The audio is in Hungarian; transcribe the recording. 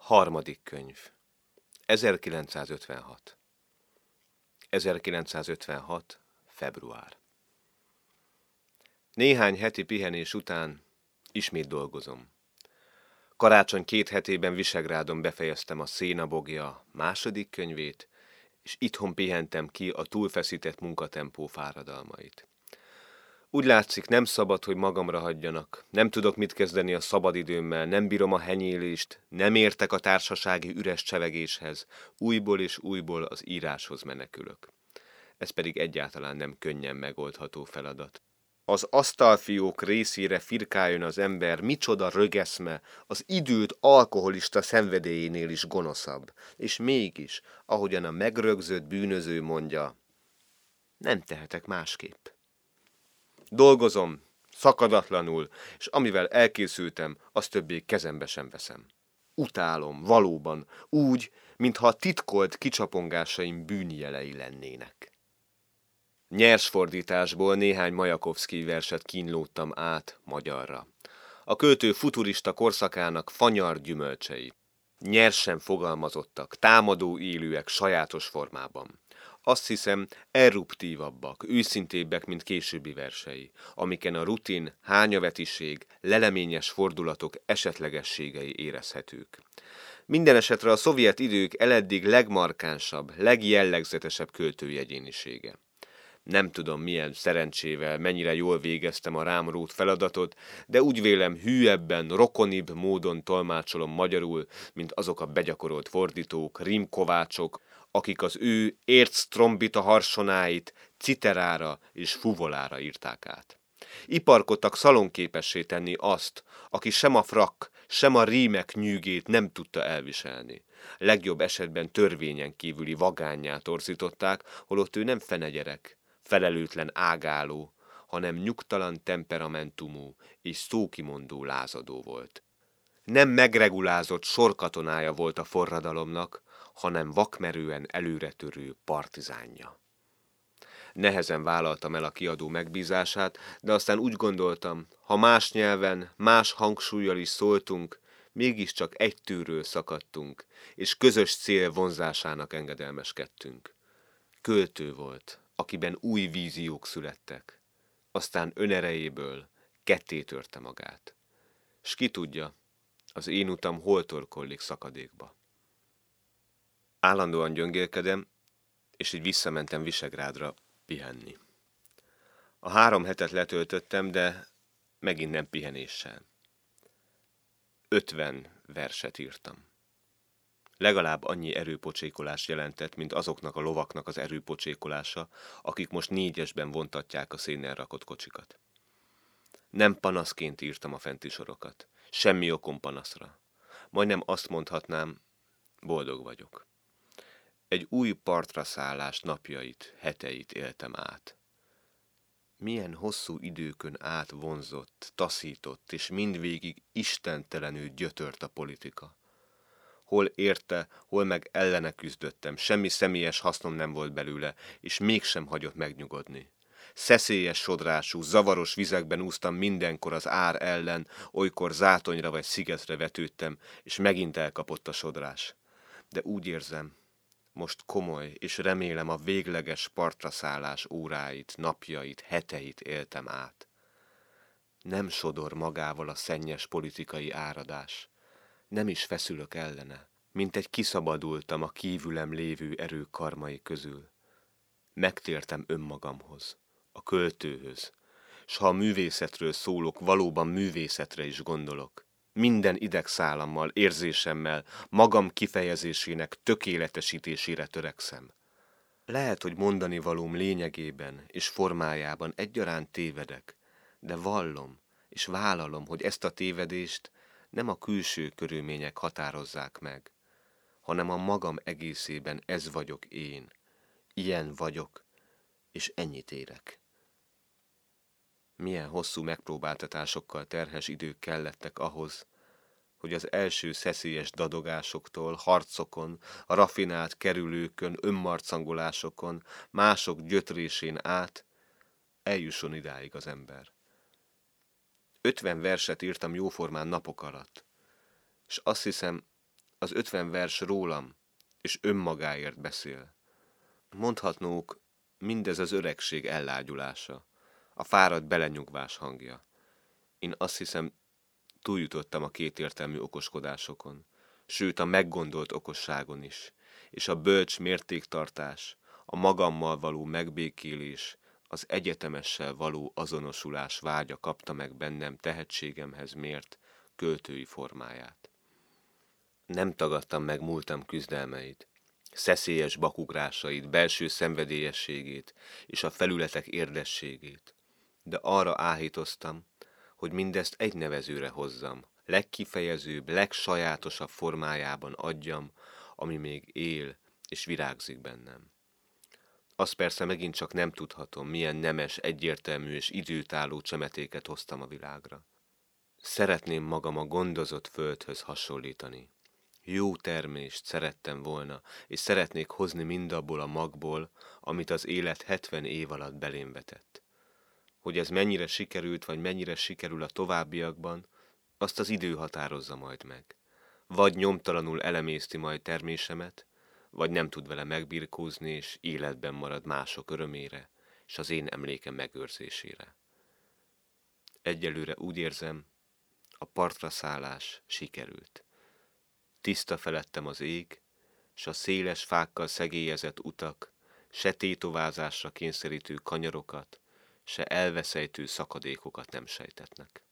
Harmadik könyv. 1956. 1956. február. Néhány heti pihenés után ismét dolgozom. Karácsony 2 hetében Visegrádon befejeztem a Szénabogja második könyvét, és itthon pihentem ki a túlfeszített munkatempó fáradalmait. Úgy látszik, nem szabad, hogy magamra hagyjanak. Nem tudok mit kezdeni a szabadidőmmel, nem bírom a henyélést, nem értek a társasági üres csevegéshez, újból és újból az íráshoz menekülök. Ez pedig egyáltalán nem könnyen megoldható feladat. Az asztalfiók részére firkáljon az ember, micsoda rögeszme, az időt alkoholista szenvedélyénél is gonoszabb. És mégis, ahogyan a megrögzött bűnöző mondja, nem tehetek másképp. Dolgozom, szakadatlanul, és amivel elkészültem, azt többé kezembe sem veszem. Utálom, valóban, úgy, mintha a titkolt kicsapongásaim bűnjelei lennének. Nyers fordításból néhány Majakovszkij verset kínlódtam át magyarra. A költő futurista korszakának fanyar gyümölcsei. Nyersen fogalmazottak, támadó élőek sajátos formában. Azt hiszem, eruptívabbak, őszintébbek, mint későbbi versei, amiken a rutin, hányavetiség, leleményes fordulatok esetlegességei érezhetők. Minden esetre a szovjet idők eleddig legmarkánsabb, legjellegzetesebb költői egyénisége. Nem tudom, milyen szerencsével, mennyire jól végeztem a rám rót feladatot, de úgy vélem hűebben, rokonibb módon tolmácsolom magyarul, mint azok a begyakorolt fordítók, rímkovácsok, akik az ő érctrombita harsonáit citerára és fuvolára írták át. Iparkodtak szalonképessé tenni azt, aki sem a frakk, sem a rímek nyűgét nem tudta elviselni. Legjobb esetben törvényen kívüli vagánnyá torzították, holott ő nem fenegyerek, felelőtlen ágáló, hanem nyugtalan temperamentumú és szókimondó lázadó volt. Nem megregulázott sorkatonája volt a forradalomnak, hanem vakmerően előretörő partizánja. Nehezen vállaltam el a kiadó megbízását, de aztán úgy gondoltam, ha más nyelven, más hangsúllyal is szóltunk, mégiscsak egy tűről szakadtunk, és közös cél vonzásának engedelmeskedtünk. Költő volt, akiben új víziók születtek, aztán önerejéből ketté törte magát. S ki tudja, az én utam hol torkollik szakadékba. Állandóan gyöngélkedem, és így visszamentem Visegrádra pihenni. A 3 hetet letöltöttem, de megint nem pihenéssel. 50 verset írtam. Legalább annyi erőpocsékolás jelentett, mint azoknak a lovaknak az erőpocsékolása, akik most 4-esben vontatják a szénnel rakott kocsikat. Nem panaszként írtam a fenti sorokat. Semmi okom panaszra. Majdnem azt mondhatnám, boldog vagyok. Egy új partra szállás napjait, heteit éltem át. Milyen hosszú időkön át vonzott, taszított, és mindvégig istentelenül gyötört a politika. Hol érte, hol meg ellene küzdöttem, semmi személyes hasznom nem volt belőle, és mégsem hagyott megnyugodni. Szeszélyes sodrású, zavaros vizekben úsztam mindenkor az ár ellen, olykor zátonyra vagy szigetre vetődtem, és megint elkapott a sodrás. De úgy érzem, most komoly, és remélem a végleges partra szállás óráit, napjait, heteit éltem át. Nem sodor magával a szennyes politikai áradás. Nem is feszülök ellene, mint egy kiszabadultam a kívülem lévő erők karmai közül. Megtértem önmagamhoz, a költőhöz, s ha a művészetről szólok, valóban művészetre is gondolok. Minden idegszálammal, érzésemmel, magam kifejezésének tökéletesítésére törekszem. Lehet, hogy mondani valóm lényegében és formájában egyaránt tévedek, de vallom és vállalom, hogy ezt a tévedést nem a külső körülmények határozzák meg, hanem a magam egészében ez vagyok én, ilyen vagyok, és ennyit érek. Milyen hosszú megpróbáltatásokkal terhes idők kellettek ahhoz, hogy az első szeszélyes dadogásoktól, harcokon, a rafinált kerülőkön, önmarcangolásokon, mások gyötrésén át eljusson idáig az ember. 50 verset írtam jóformán napok alatt, és azt hiszem, Az 50 vers rólam és önmagáért beszél. Mondhatnók, mindez az öregség ellágyulása, a fáradt belenyugvás hangja. Én azt hiszem, túljutottam a kétértelmű okoskodásokon, sőt a meggondolt okosságon is, és a bölcs mértéktartás, a magammal való megbékélés, az egyetemessel való azonosulás vágya kapta meg bennem tehetségemhez mért költői formáját. Nem tagadtam meg múltam küzdelmeit, szeszélyes bakugrásait, belső szenvedélyességét és a felületek érdességét, de arra áhítoztam, hogy mindezt egy nevezőre hozzam, legkifejezőbb, legsajátosabb formájában adjam, ami még él és virágzik bennem. Azt persze megint csak nem tudhatom, milyen nemes, egyértelmű és időtálló csemetéket hoztam a világra. Szeretném magam a gondozott földhöz hasonlítani. Jó termést szerettem volna, és szeretnék hozni mindabból a magból, amit az élet 70 év alatt belém vetett. Hogy ez mennyire sikerült, vagy mennyire sikerül a továbbiakban, azt az idő határozza majd meg. Vagy nyomtalanul elemészti majd termésemet, vagy nem tud vele megbirkózni, és életben marad mások örömére, és az én emlékem megőrzésére. Egyelőre úgy érzem, a partra szállás sikerült. Tiszta felettem az ég, s a széles fákkal szegélyezett utak, se tétovázásra kényszerítő kanyarokat, se elveszejtő szakadékokat nem sejtetnek.